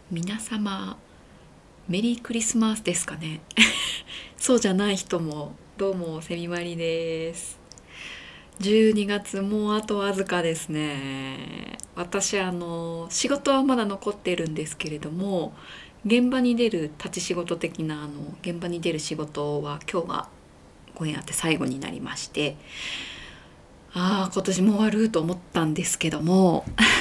皆様メリークリスマスですかね。そうじゃない人もどうもセミマリです。12月もうあとわずかですね。私仕事はまだ残ってるんですけれども、現場に出る立ち仕事的な現場に出る仕事は今日がご縁あって最後になりまして、今年も終わると思ったんですけども、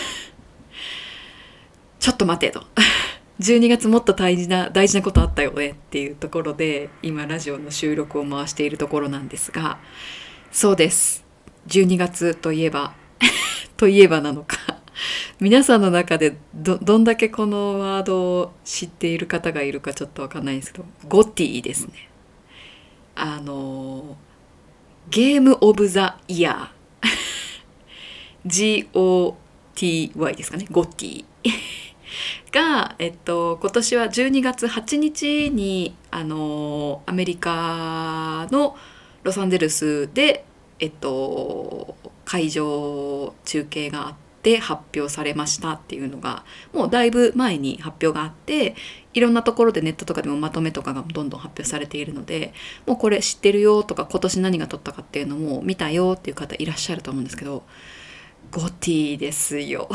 ちょっと待てと。12月もっと大事なことあったよねっていうところで今ラジオの収録を回しているところなんですが、そうです、12月といえばといえばなのか、皆さんの中でどんだけこのワードを知っている方がいるかちょっとわかんないんですけど、ゴティですね。あのゲームオブザイヤー、 GOTY ですかね、ゴティが、今年は12月8日にアメリカのロサンゼルスで、会場中継があって発表されましたっていうのがもうだいぶ前に発表があって、いろんなところでネットとかでもまとめとかがどんどん発表されているので、もうこれ知ってるよとか今年何が取ったかっていうのも見たよっていう方いらっしゃると思うんですけど、ゴティですよ。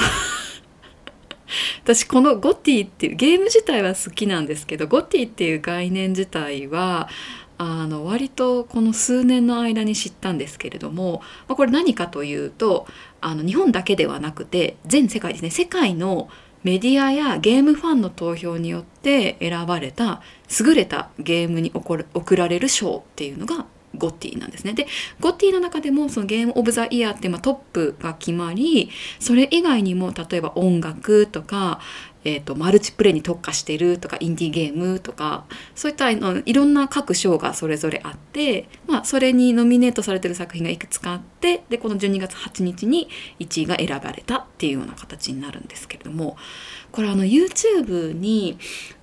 私このゴティっていうゲーム自体は好きなんですけど、ゴティっていう概念自体は割とこの数年の間に知ったんですけれども、これ何かというと、日本だけではなくて全世界ですね、世界のメディアやゲームファンの投票によって選ばれた優れたゲームに贈られる賞っていうのがゴティなんですね。で、ゴティの中でもそのゲームオブザイヤーってトップが決まり、それ以外にも例えば音楽とか、マルチプレイに特化してるとかインディーゲームとか、そういったいろんな各賞がそれぞれあって、それにノミネートされてる作品がいくつかあって、でこの12月8日に1位が選ばれたっていうような形になるんですけれども、これYouTube に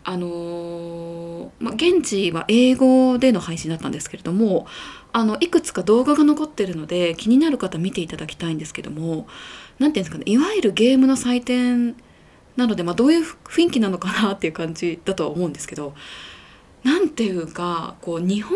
現地は英語での配信だったんですけれども、いくつか動画が残ってるので気になる方見ていただきたいんですけども、なんていうんですかね、いわゆるゲームの祭典なので、どういう雰囲気なのかなっていう感じだとは思うんですけど、なんていうかこう日本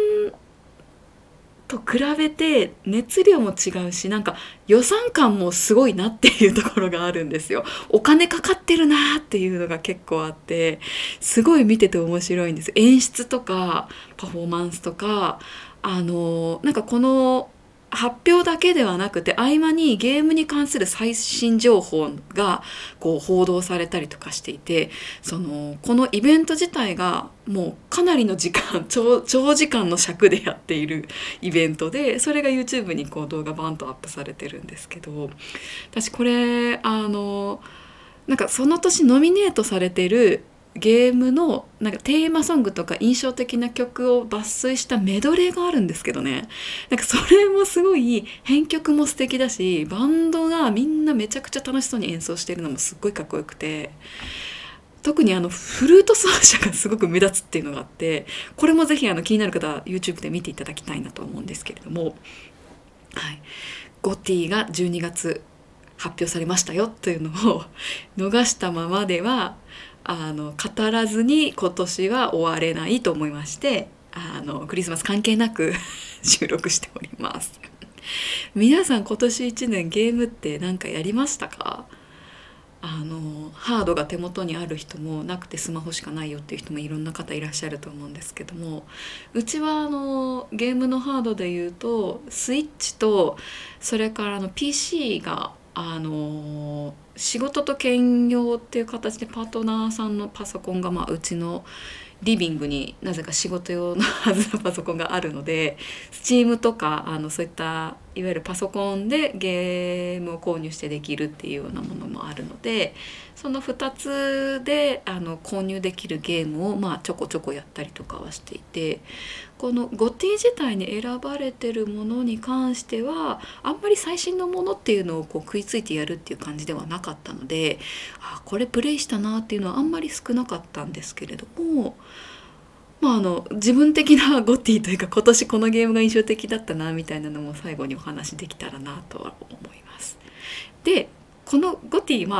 と比べて熱量も違うし、なんか予算感もすごいなっていうところがあるんですよ。お金かかってるなっていうのが結構あって、すごい見てて面白いんです。演出とかパフォーマンスとか、なんかこの発表だけではなくて合間にゲームに関する最新情報がこう報道されたりとかしていて、このイベント自体がもうかなりの時間、長時間の尺でやっているイベントで、それが YouTube にこう動画バンとアップされてるんですけど、私これなんかその年ノミネートされてるゲームのなんかテーマソングとか印象的な曲を抜粋したメドレーがあるんですけどね、なんかそれもすごい編曲も素敵だし、バンドがみんなめちゃくちゃ楽しそうに演奏してるのもすっごいかっこよくて、特にフルート奏者がすごく目立つっていうのがあって、これもぜひ気になる方は YouTube で見ていただきたいなと思うんですけれども、はい、ゴティが12月発表されましたよというのを逃したままでは語らずに今年は終われないと思いまして、クリスマス関係なく収録しております。皆さん今年1年ゲームって何かやりましたか？ハードが手元にある人もなくてスマホしかないよっていう人もいろんな方いらっしゃると思うんですけども、うちはゲームのハードでいうとスイッチと、それからPC が仕事と兼用っていう形でパートナーさんのパソコンが、うちのリビングになぜか仕事用のはずのパソコンがあるので、Steam とかそういったいわゆるパソコンでゲームを購入してできるっていうようなものもあるので、その2つで購入できるゲームをちょこちょこやったりとかはしていて、このゴティ自体に選ばれてるものに関してはあんまり最新のものっていうのをこう食いついてやるっていう感じではなかったので、これプレイしたなっていうのはあんまり少なかったんですけれども、自分的なゴティというか今年このゲームが印象的だったなみたいなのも最後にお話できたらなとは思います。でこのゴティは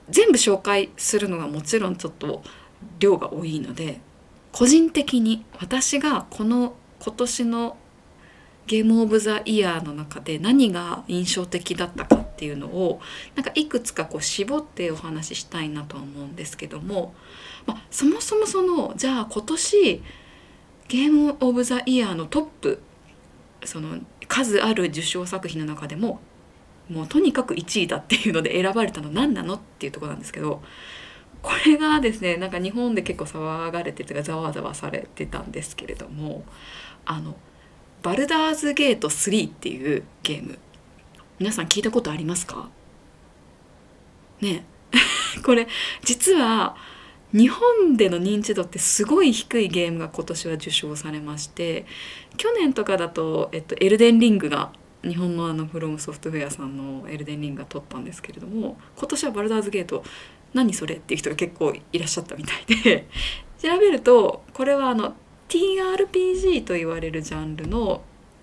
全部紹介するのがもちろんちょっと量が多いので、個人的に私が今年のゲームオブザイヤーの中で何が印象的だったかっていうのをなんかいくつかこう絞ってお話ししたいなとは思うんですけども、そもそもじゃあ今年ゲームオブザイヤーのトップ、その数ある受賞作品の中でももうとにかく1位だっていうので選ばれたの何なのっていうところなんですけど、これがですね、なんか日本で結構騒がれてというかざわざわされてたんですけれども、バルダーズゲート3っていうゲーム、皆さん聞いたことありますかね。これ実は日本での認知度ってすごい低いゲームが今年は受賞されまして、去年とかだと、エルデンリングが日本のフロムソフトウェアさんのエルデンリングが取ったんですけれども、今年はバルダーズゲート何それっていう人が結構いらっしゃったみたいで調べるとこれはTRPG と言われるジャンルの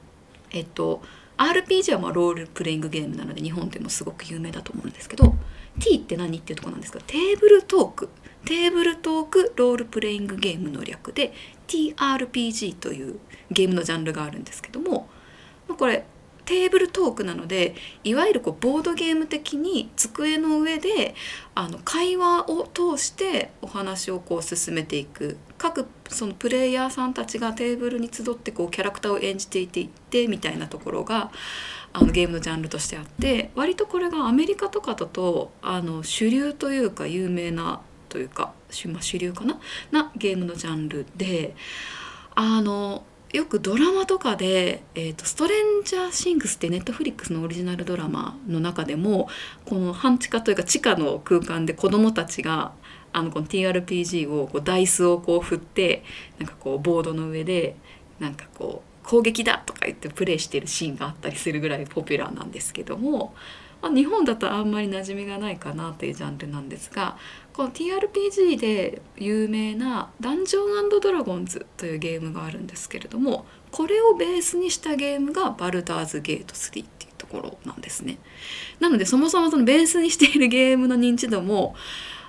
RPG はロールプレイングゲームなので日本でもすごく有名だと思うんですけど、 T って何っていうところなんですが、テーブルトークロールプレイングゲームの略で TRPG というゲームのジャンルがあるんですけども、これテーブルトークなので、いわゆるボードゲーム的に机の上で会話を通してお話を進めていく、各そのプレイヤーさんたちがテーブルに集ってキャラクターを演じていってみたいなところがゲームのジャンルとしてあって、割とこれがアメリカとかだと主流というか有名なというか主流かなゲームのジャンルで、よくドラマとかで、ストレンジャーシングスってネットフリックスのオリジナルドラマの中でも、この半地下というか地下の空間で子どもたちがこの TRPG をダイスを振って、なんかボードの上でなんか攻撃だとか言ってプレイしているシーンがあったりするぐらいポピュラーなんですけども、日本だとあんまり馴染みがないかなというジャンルなんですが、この TRPG で有名なダンジョン&ドラゴンズというゲームがあるんですけれども、これをベースにしたゲームがバルダーズゲート3っていうところなんですね。なのでそもそもそのベースにしているゲームの認知度も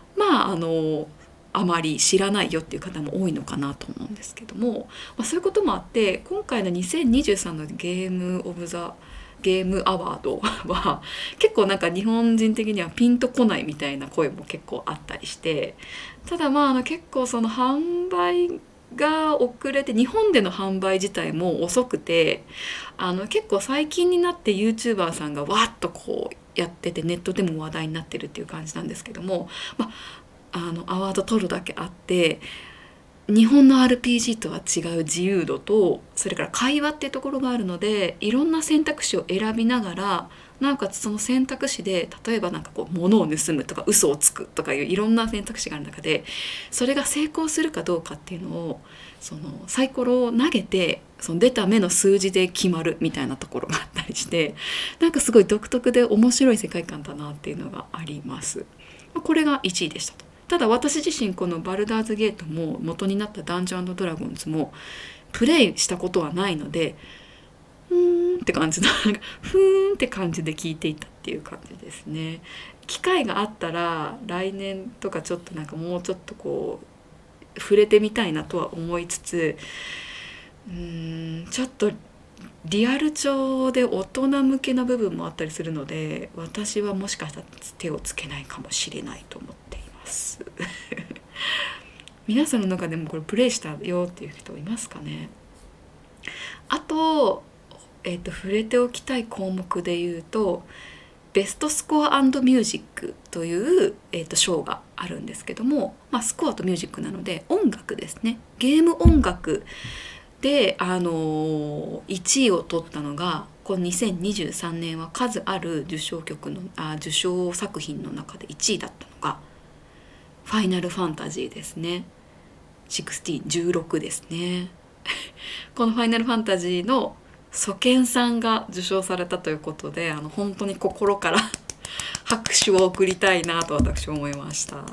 あまり知らないよっていう方も多いのかなと思うんですけども、そういうこともあって今回の2023のゲームアワードは結構なんか日本人的にはピンとこないみたいな声も結構あったりして、ただ結構その販売が遅れて、日本での販売自体も遅くて、結構最近になって YouTuber さんがわっとやっててネットでも話題になってるっていう感じなんですけども、アワード取るだけあって日本の RPG とは違う自由度と、それから会話っていうところがあるので、いろんな選択肢を選びながら、なおかつその選択肢で例えば物を盗むとか嘘をつくとかいういろんな選択肢がある中で、それが成功するかどうかっていうのをそのサイコロを投げてその出た目の数字で決まるみたいなところがあったりして、なんかすごい独特で面白い世界観だなっていうのがあります。これが1位でしたと。ただ私自身このバルダーズゲートも元になったダンジョン&ドラゴンズもプレイしたことはないので、ふーんって感じのふーんって感じで聞いていたっていう感じですね。機会があったら来年とかちょっともうちょっと触れてみたいなとは思いつつ、ちょっとリアル調で大人向けな部分もあったりするので、私はもしかしたら手をつけないかもしれないと思っています皆さんの中でもこれプレイしたよっていう人いますかね。あと、触れておきたい項目で言うと、ベストスコア&ミュージックという、賞があるんですけども、スコアとミュージックなので音楽ですね。ゲーム音楽で、1位を取ったのが、この2023年は数ある受賞作品の中で1位だったのがファイナルファンタジーですね。16ですねこのファイナルファンタジーのソケンさんが受賞されたということで、本当に心から拍手を送りたいなと私は思いました。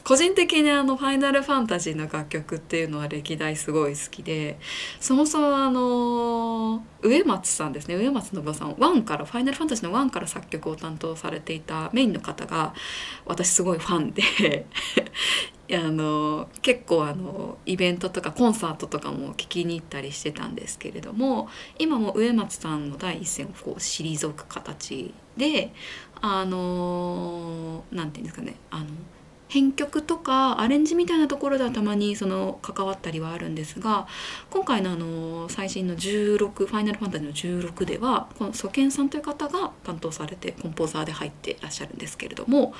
個人的にファイナルファンタジーの楽曲っていうのは歴代すごい好きで、そもそも植松さんですね、植松信夫さん、1からファイナルファンタジーの1から作曲を担当されていたメインの方が私すごいファンで結構イベントとかコンサートとかも聞きに行ったりしてたんですけれども、今も植松さんの第一線をこう退く形でなんていうんですかね、編曲とかアレンジみたいなところではたまに関わったりはあるんですが、今回の最新の16ファイナルファンタジーの16ではこのソケンさんという方が担当されてコンポーザーで入っていらっしゃるんですけれども、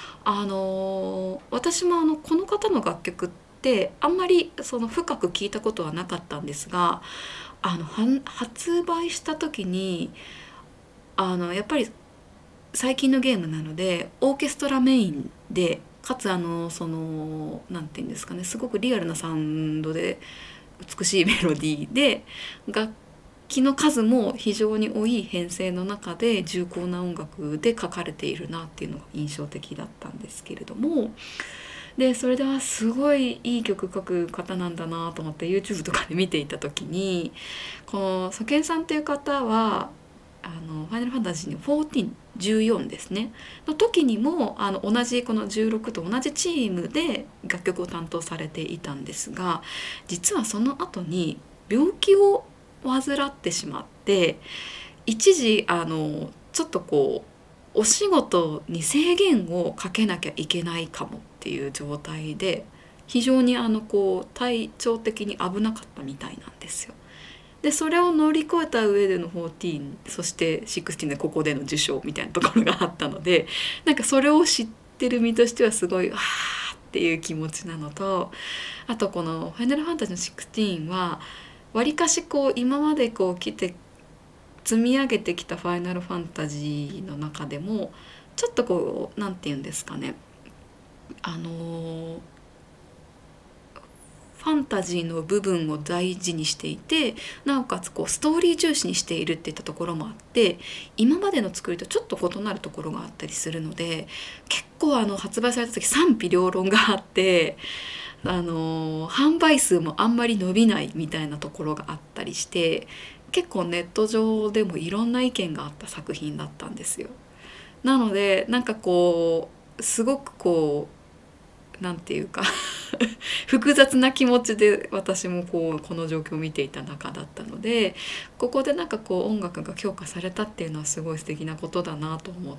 私もこの方の楽曲ってあんまり深く聞いたことはなかったんですが、発売した時にやっぱり最近のゲームなのでオーケストラメインで、かつなんていうんですかね、すごくリアルなサウンドで美しいメロディーで、楽器の数も非常に多い編成の中で重厚な音楽で書かれているなっていうのが印象的だったんですけれども、でそれではすごいいい曲書く方なんだなと思って YouTube とかで見ていた時に、このソケンさんっていう方はファイナルファンタジーの14ですねの時にも同じこの16と同じチームで楽曲を担当されていたんですが、実はその後に病気を患ってしまって、一時ちょっとこうお仕事に制限をかけなきゃいけないかもっていう状態で、非常にこう体調的に危なかったみたいなんですよ。でそれを乗り越えた上での14、そして16でここでの受賞みたいなところがあったので、なんかそれを知ってる身としてはすごいわーっていう気持ちなのと、あとこの「ファイナルファンタジーの16」はわりかしこう今までこう来て積み上げてきた「ファイナルファンタジー」の中でもちょっとこうなんて言うんですかね、ファンタジーの部分を大事にしていて、なおかつこうストーリー重視にしているっていったところもあって、今までの作りとちょっと異なるところがあったりするので、結構発売された時賛否両論があって、販売数もあんまり伸びないみたいなところがあったりして、結構ネット上でもいろんな意見があった作品だったんですよ。なのでなんかこうすごくこうなんていうか複雑な気持ちで私もこの状況を見ていた中だったので、ここでなんかこう音楽が強化されたっていうのはすごい素敵なことだなと思って、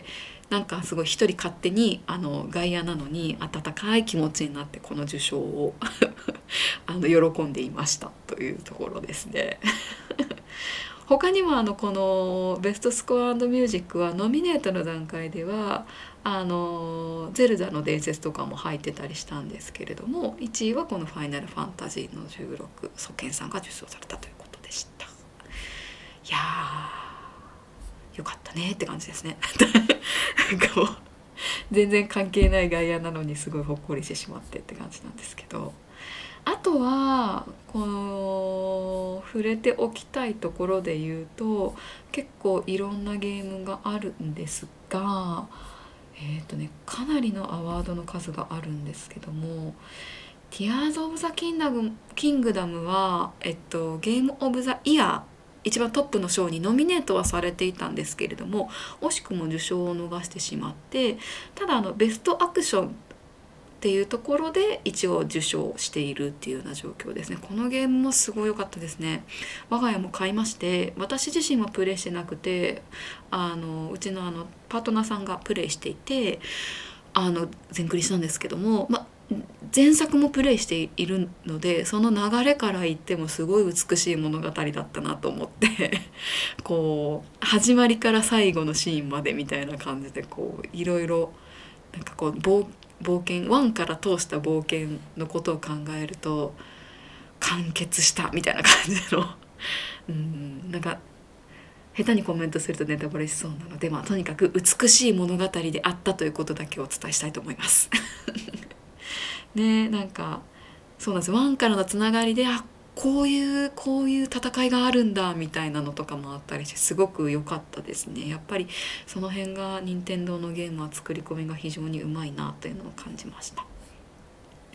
なんかすごい一人勝手に外野なのに温かい気持ちになってこの受賞を喜んでいましたというところですね。他にもこのベストスコア&ミュージックはノミネートの段階ではゼルダの伝説とかも入ってたりしたんですけれども、1位はこのファイナルファンタジーの16、ソケンさんが受賞されたということでした。いやーよかったねって感じですね。なんかもう全然関係ない外野なのにすごいほっこりしてしまってって感じなんですけど、あとはこの触れておきたいところで言うと、結構いろんなゲームがあるんですが、かなりのアワードの数があるんですけども、ティアーズ・オブ・ザ・キングダムは、ゲーム・オブ・ザ・イヤー一番トップの賞にノミネートはされていたんですけれども、惜しくも受賞を逃してしまって、ただベストアクションっていうところで一応受賞しているっていうような状況ですね。このゲームもすごい良かったですね。我が家も買いまして、私自身はプレイしてなくてうちのパートナーさんがプレイしていて全クリしたんですけども、前作もプレイしているので、その流れから言ってもすごい美しい物語だったなと思ってこう始まりから最後のシーンまでみたいな感じでこういろいろなんかこう冒険1から通した冒険のことを考えると完結したみたいな感じのなんか下手にコメントするとネタバレしそうなので、とにかく美しい物語であったということだけをお伝えしたいと思いますね。なんかそうなんです。1からのつながりでこういう戦いがあるんだみたいなのとかもあったりしてすごく良かったですね。やっぱりその辺が任天堂のゲームは作り込みが非常にうまいなというのを感じました。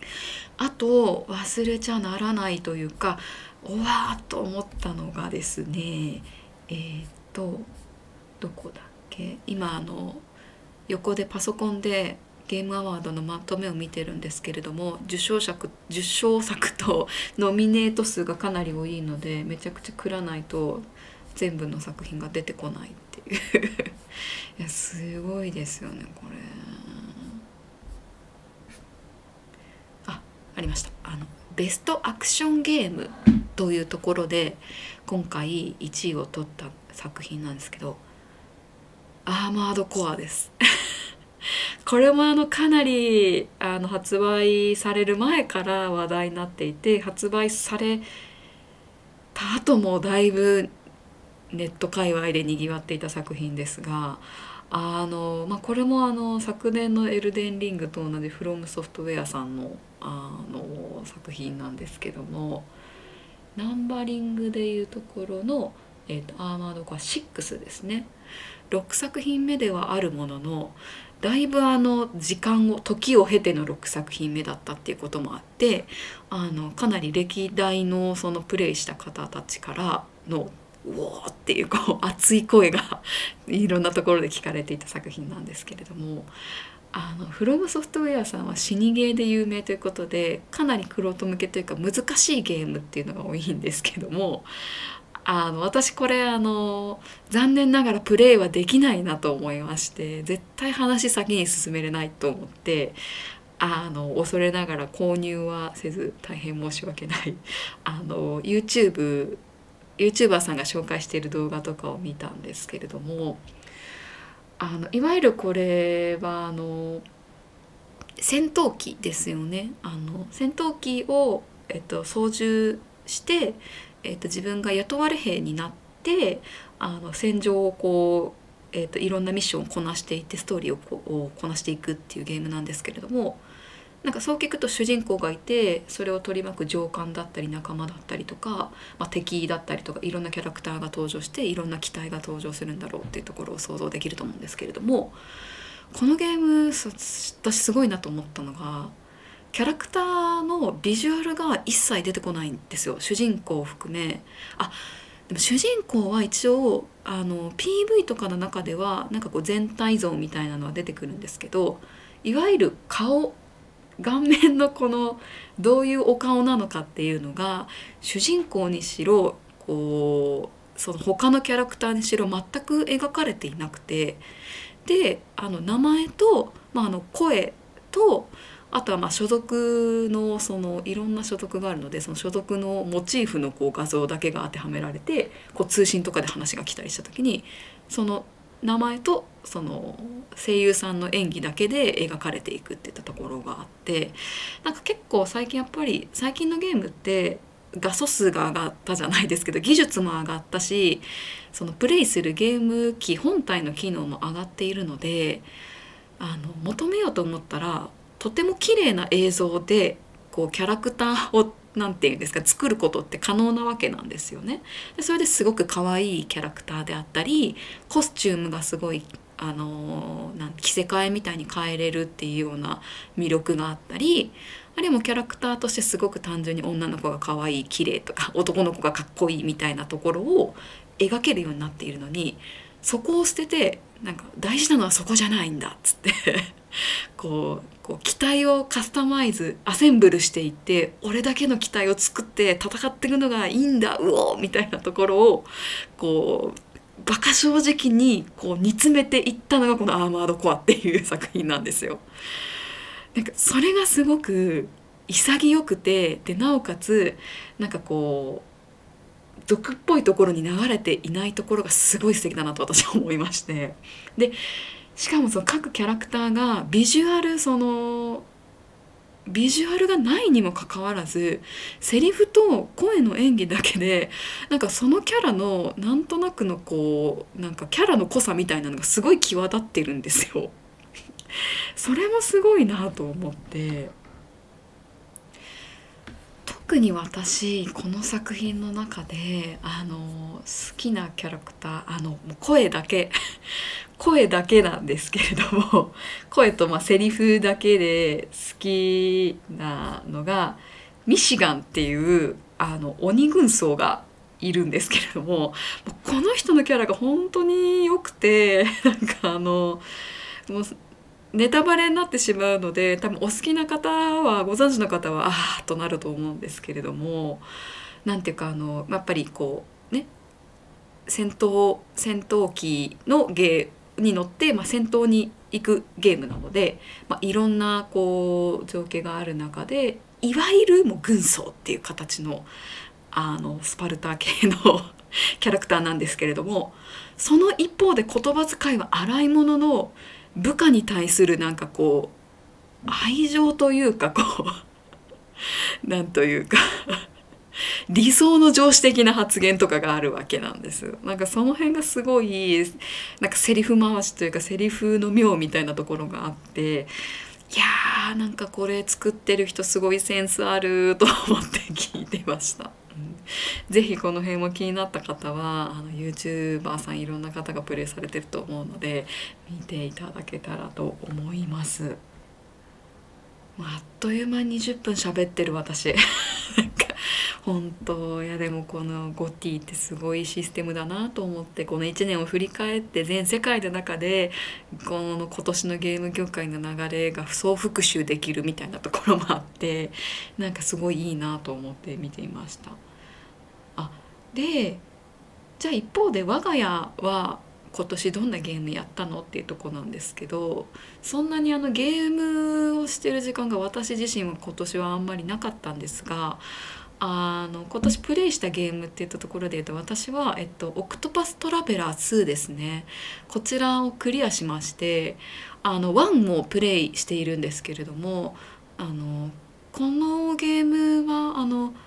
あと忘れちゃならないというか、おわーっと思ったのがですね、とどこだっけ、今横でパソコンでゲームアワードのまとめを見てるんですけれども、受賞作とノミネート数がかなり多いので、めちゃくちゃくらないと全部の作品が出てこないっていういやすごいですよねこれ。ありました。ベストアクションゲームというところで今回1位を取った作品なんですけど、アーマードコアですこれもかなり発売される前から話題になっていて、発売された後もだいぶネット界隈でにぎわっていた作品ですが、これも昨年の「エルデンリング」と同じフロムソフトウェアさんの、作品なんですけども、ナンバリングでいうところの、アーマードコア6ですね。6作品目ではあるものの、だいぶ時を経ての6作品目だったっていうこともあって、かなり歴代のそのプレイした方たちからのうおーっていう熱い声がいろんなところで聞かれていた作品なんですけれども、フロムソフトウェアさんは死にゲーで有名ということで、かなり玄人向けというか難しいゲームっていうのが多いんですけども、私これ残念ながらプレイはできないなと思いまして、絶対話先に進めれないと思って、恐れながら購入はせず大変申し訳ない。YouTuber さんが紹介している動画とかを見たんですけれども、いわゆるこれは戦闘機ですよね。戦闘機を、操縦して、自分が雇われ兵になって戦場をいろんなミッションをこなしていってストーリーをこなしていくっていうゲームなんですけれども、なんかそう聞くと主人公がいて、それを取り巻く上官だったり仲間だったりとか、敵だったりとか、いろんなキャラクターが登場していろんな機体が登場するんだろうっていうところを想像できると思うんですけれども、このゲーム私すごいなと思ったのが、キャラクターのビジュアルが一切出てこないんですよ、主人公を含め。でも主人公は一応PV とかの中ではなんか全体像みたいなのは出てくるんですけど、いわゆる顔面のどういうお顔なのかっていうのが主人公にしろその他のキャラクターにしろ全く描かれていなくて、で名前と、声と、あとは所属のいろんな所属があるので、その所属のモチーフの画像だけが当てはめられて、通信とかで話が来たりした時にその名前とその声優さんの演技だけで描かれていくっていったところがあって、なんか結構最近のゲームって画素数が上がったじゃないですけど、技術も上がったし、そのプレイするゲーム機本体の機能も上がっているので、求めようと思ったらとても綺麗な映像でキャラクターをなんていうんですか、作ることって可能なわけなんですよね。でそれですごく可愛いキャラクターであったり、コスチュームがすごい着せ替えみたいに変えれるっていうような魅力があったり、あるいはもうキャラクターとしてすごく単純に女の子が可愛い綺麗とか男の子がかっこいいみたいなところを描けるようになっているのに、そこを捨ててなんか大事なのはそこじゃないんだっつって機体をカスタマイズアセンブルしていって、俺だけの機体を作って戦っていくのがいいんだうおーみたいなところをバカ正直に煮詰めていったのがこの「アーマードコア」っていう作品なんですよ。なんかそれがすごく潔くて、でなおかつなんか毒っぽいところに流れていないところがすごい素敵だなと私は思いまして、でしかもその各キャラクターがビジュアルがないにもかかわらず、セリフと声の演技だけでなんかそのキャラのなんとなくのなんかキャラの濃さみたいなのがすごい際立ってるんですよ。それもすごいなと思って、 特に私この作品の中で好きなキャラクターもう声だけ声だけなんですけれども、声とセリフだけで好きなのがミシガンっていう鬼軍曹がいるんですけれども、この人のキャラが本当に良くて、なんかもうネタバレになってしまうので、多分お好きな方はご存知の方はあーっとなると思うんですけれども、なんていうかやっぱりこうね、戦闘機のゲーに乗って、戦闘に行くゲームなので、いろんなこう情景がある中で、いわゆるもう軍曹っていう形のスパルタ系のキャラクターなんですけれども、その一方で言葉遣いは荒いものの、部下に対するなんかこう愛情というか、こうなんというか理想の上司的な発言とかがあるわけなんです。なんかその辺がすごいなんかセリフ回しというか、セリフの妙みたいなところがあって、いやー、なんかこれ作ってる人すごいセンスあると思って聞いてました。ぜひこの辺も気になった方はYouTuber さんいろんな方がプレイされてると思うので見ていただけたらと思います。あっという間に20分喋ってる私なんか本当、いやでもこのゴティってすごいシステムだなと思って、この1年を振り返って全世界の中でこの今年のゲーム業界の流れが総復習できるみたいなところもあって、なんかすごいいいなと思って見ていました。で、じゃあ一方で我が家は今年どんなゲームやったのっていうとこなんですけど、そんなにゲームをしてる時間が私自身は今年はあんまりなかったんですが、今年プレイしたゲームっていったところで言うと、私は、オクトパストラベラー2ですね。こちらをクリアしまして、1もプレイしているんですけれども、このゲームは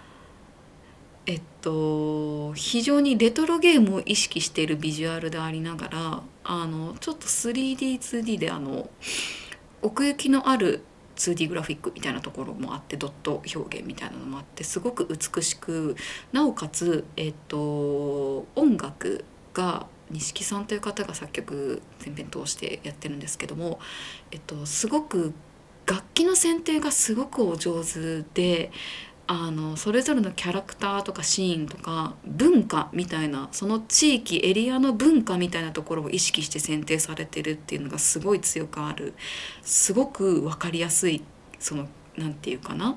非常にレトロゲームを意識しているビジュアルでありながら、ちょっと 3D2D で奥行きのある 2D グラフィックみたいなところもあって、ドット表現みたいなのもあって、すごく美しく、なおかつ、音楽が錦さんという方が作曲全編通してやってるんですけども、すごく楽器の選定がすごくお上手で、それぞれのキャラクターとかシーンとか文化みたいな、その地域エリアの文化みたいなところを意識して選定されてるっていうのがすごい強くある、すごく分かりやすい、そのなんていうかな、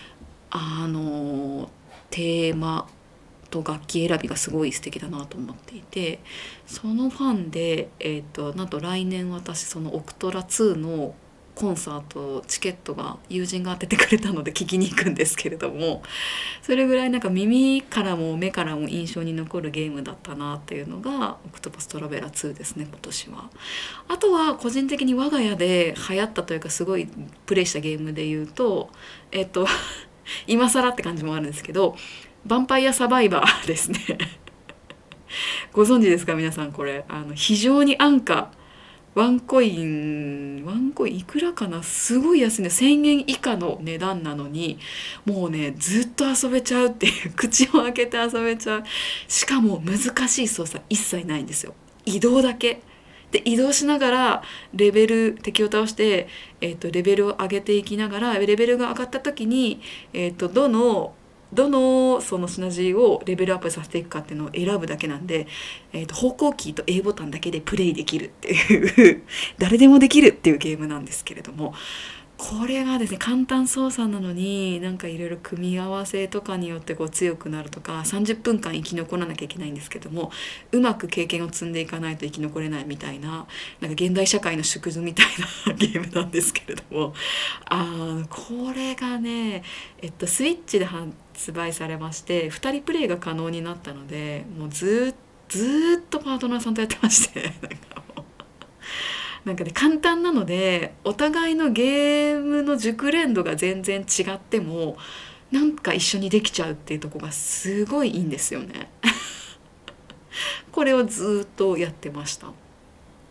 テーマと楽器選びがすごい素敵だなと思っていて、そのファンで、なんと来年私そのオクトラ2のコンサートチケットが友人が当ててくれたので聞きに行くんですけれども、それぐらいなんか耳からも目からも印象に残るゲームだったなっていうのがオクトパストラベラー2ですね、今年は。あとは個人的に我が家で流行ったというかすごいプレイしたゲームで言うと、今更って感じもあるんですけど、ヴァンパイアサバイバーですねご存知ですか皆さん。これ非常に安価、ワンコインいくらかな、すごい安いね、1,000円以下の値段なのに、もうねずっと遊べちゃうっていう、口を開けて遊べちゃう。しかも難しい操作一切ないんですよ。移動だけで、移動しながら敵を倒して、レベルを上げていきながら、レベルが上がった時に、どのそのシナジーをレベルアップさせていくかっていうのを選ぶだけなんで、方向キーと A ボタンだけでプレイできるっていう誰でもできるっていうゲームなんですけれども、これがですね簡単操作なのに、なんかいろいろ組み合わせとかによってこう強くなるとか、30分間生き残らなきゃいけないんですけども、うまく経験を積んでいかないと生き残れないみたいな、なんか現代社会の縮図みたいなゲームなんですけれども、これがね、スイッチで発売されまして、2人プレイが可能になったので、もうずっとパートナーさんとやってましてなんかね簡単なので、お互いのゲームの熟練度が全然違ってもなんか一緒にできちゃうっていうところがすごいいいんですよねこれをずっとやってました。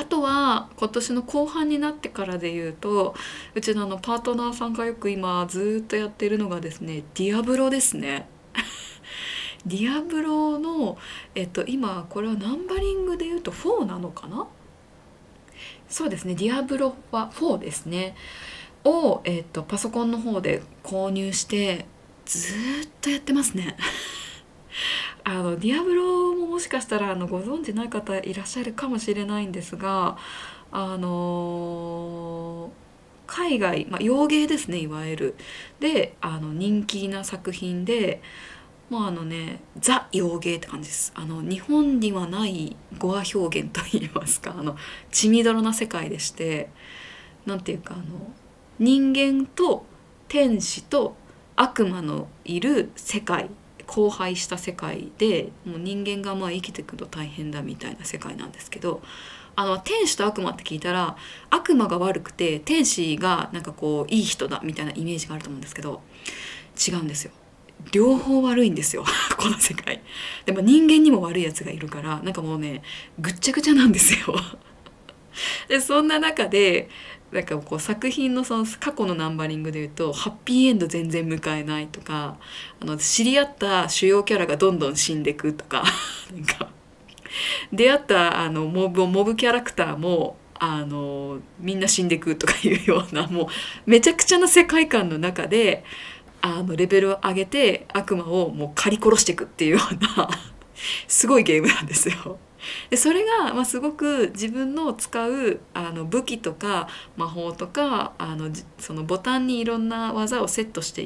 あとは今年の後半になってからで言うと、うちのパートナーさんがよく今ずーっとやってるのがですね、ディアブロですね。ディアブロの、今これはナンバリングで言うと4なのかな。そうですね、ディアブロは4ですね。を、パソコンの方で購入してずーっとやってますね。ディアブロももしかしたらご存知ない方いらっしゃるかもしれないんですが、あの海外、洋芸ですね、いわゆる。で人気な作品で、ザ洋芸って感じです。日本にはない語話表現といいますか、血みどろな世界でして、なんていうか人間と天使と悪魔のいる世界、荒廃した世界で、もう人間が生きていくと大変だみたいな世界なんですけど、天使と悪魔って聞いたら悪魔が悪くて天使がなんかこういい人だみたいなイメージがあると思うんですけど、違うんですよ。両方悪いんですよこの世界でも。人間にも悪いやつがいるから、なんかもうね、ぐっちゃぐちゃなんですよでそんな中でなんかこう作品のその過去のナンバリングで言うと、ハッピーエンド全然迎えないとか、知り合った主要キャラがどんどん死んでくとかなんか出会ったモブキャラクターもみんな死んでくとかいうような、もうめちゃくちゃな世界観の中でレベルを上げて悪魔をもう狩り殺していくっていうようなすごいゲームなんですよ。でそれが、すごく自分の使う武器とか魔法とかそのボタンにいろんな技をセットしていって、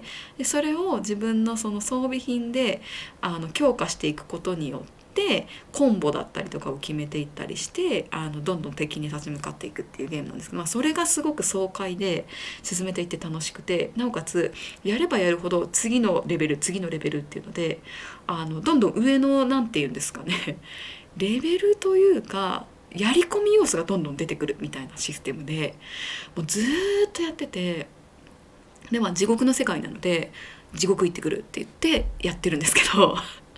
でそれを自分のその装備品で強化していくことによってコンボだったりとかを決めていったりしてどんどん敵に立ち向かっていくっていうゲームなんですけど、それがすごく爽快で進めていって楽しくて、なおかつやればやるほど次のレベル次のレベルっていうのでどんどん上のなんていうんですかねレベルというかやり込み要素がどんどん出てくるみたいなシステムで、もうずーっとやってて、で地獄の世界なので地獄行ってくるって言ってやってるんですけど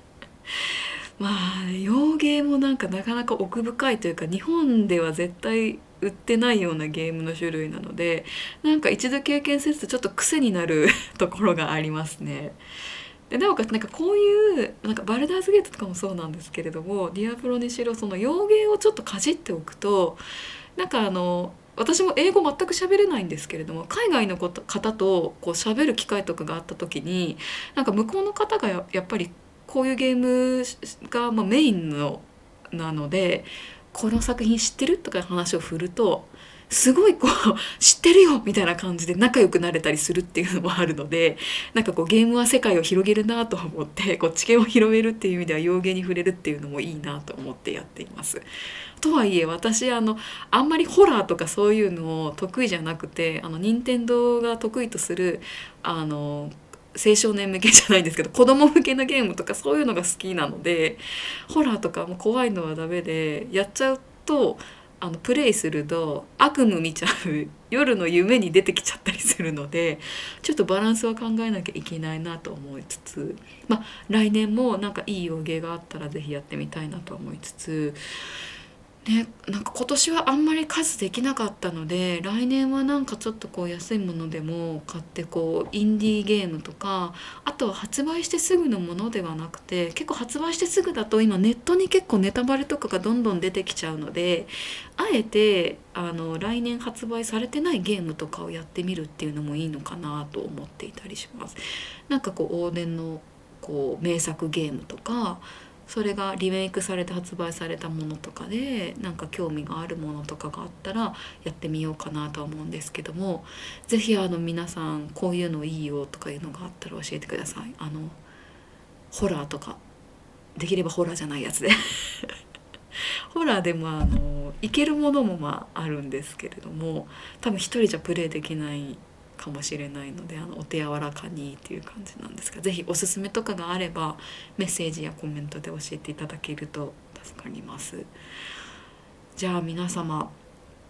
洋芸もなんかなかなか奥深いというか、日本では絶対売ってないようなゲームの種類なので、なんか一度経験するとちょっと癖になるところがありますね。でなおかつなんかこういうなんかバルダーズゲートとかもそうなんですけれども、ディアブロにしろその洋芸をちょっとかじっておくと、なんか私も英語全く喋れないんですけれども、海外の方とこう喋る機会とかがあった時に、なんか向こうの方がやっぱりこういうゲームがメインなので、この作品知ってるとか話を振ると、すごいこう知ってるよみたいな感じで仲良くなれたりするっていうのもあるので、なんかこうゲームは世界を広げるなと思って、こう知見を広めるっていう意味では洋芸に触れるっていうのもいいなと思ってやっています。とはいえ私あんまりホラーとかそういうのを得意じゃなくて、任天堂が得意とする青少年向けじゃないんですけど子供向けのゲームとかそういうのが好きなので、ホラーとかも怖いのはダメで、やっちゃうとプレイすると悪夢見ちゃう夜の夢に出てきちゃったりするので、ちょっとバランスは考えなきゃいけないなと思いつつ、来年もなんかいい洋芸があったらぜひやってみたいなと思いつつね、なんか今年はあんまり数できなかったので、来年はなんかちょっとこう安いものでも買ってこうインディーゲームとか、あとは発売してすぐのものではなくて、結構発売してすぐだと今ネットに結構ネタバレとかがどんどん出てきちゃうので、あえて来年発売されてないゲームとかをやってみるっていうのもいいのかなと思っていたりします。なんかこう往年のこう名作ゲームとか、それがリメイクされて発売されたものとかでなんか興味があるものとかがあったらやってみようかなとは思うんですけども、ぜひ皆さんこういうのいいよとかいうのがあったら教えてください。ホラーとかできればホラーじゃないやつでホラーでもいけるものもあるんですけれども、多分一人じゃプレイできないかもしれないのでお手柔らかにっていう感じなんですが、ぜひおすすめとかがあればメッセージやコメントで教えていただけると助かります。じゃあ皆様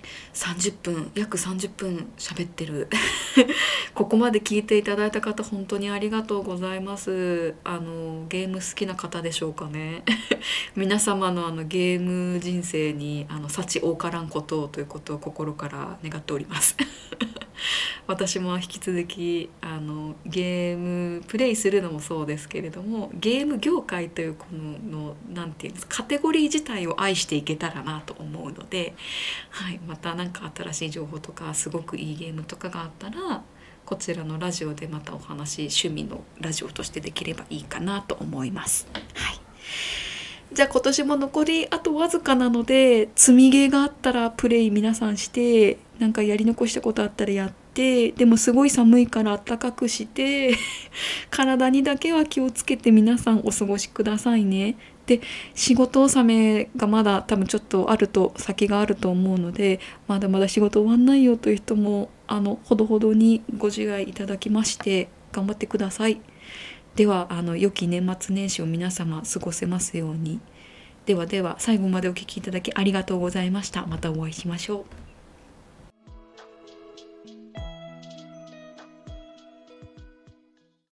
30分、約30分喋ってる。ここまで聞いていただいた方、本当にありがとうございます。ゲーム好きな方でしょうかね。皆様のゲーム人生に幸多からんことをということを心から願っております。私も引き続きゲームプレイするのもそうですけれども、ゲーム業界というこのなんていうんですか、カテゴリー自体を愛していけたらなと思うので、はい、また何か新しい情報とかすごくいいゲームとかがあったら、こちらのラジオでまたお話、趣味のラジオとしてできればいいかなと思います。はい、じゃあ今年も残りあとわずかなので、積みゲーがあったらプレイ皆さんして、なんかやり残したことあったらやって、でもすごい寒いから暖かくして体にだけは気をつけて皆さんお過ごしくださいね。で、仕事納めがまだ多分ちょっと先があると思うので、まだまだ仕事終わんないよという人もほどほどにご自愛いただきまして頑張ってください。では良き年末年始を皆様過ごせますように。ではでは、最後までお聞きいただきありがとうございました。またお会いしましょう。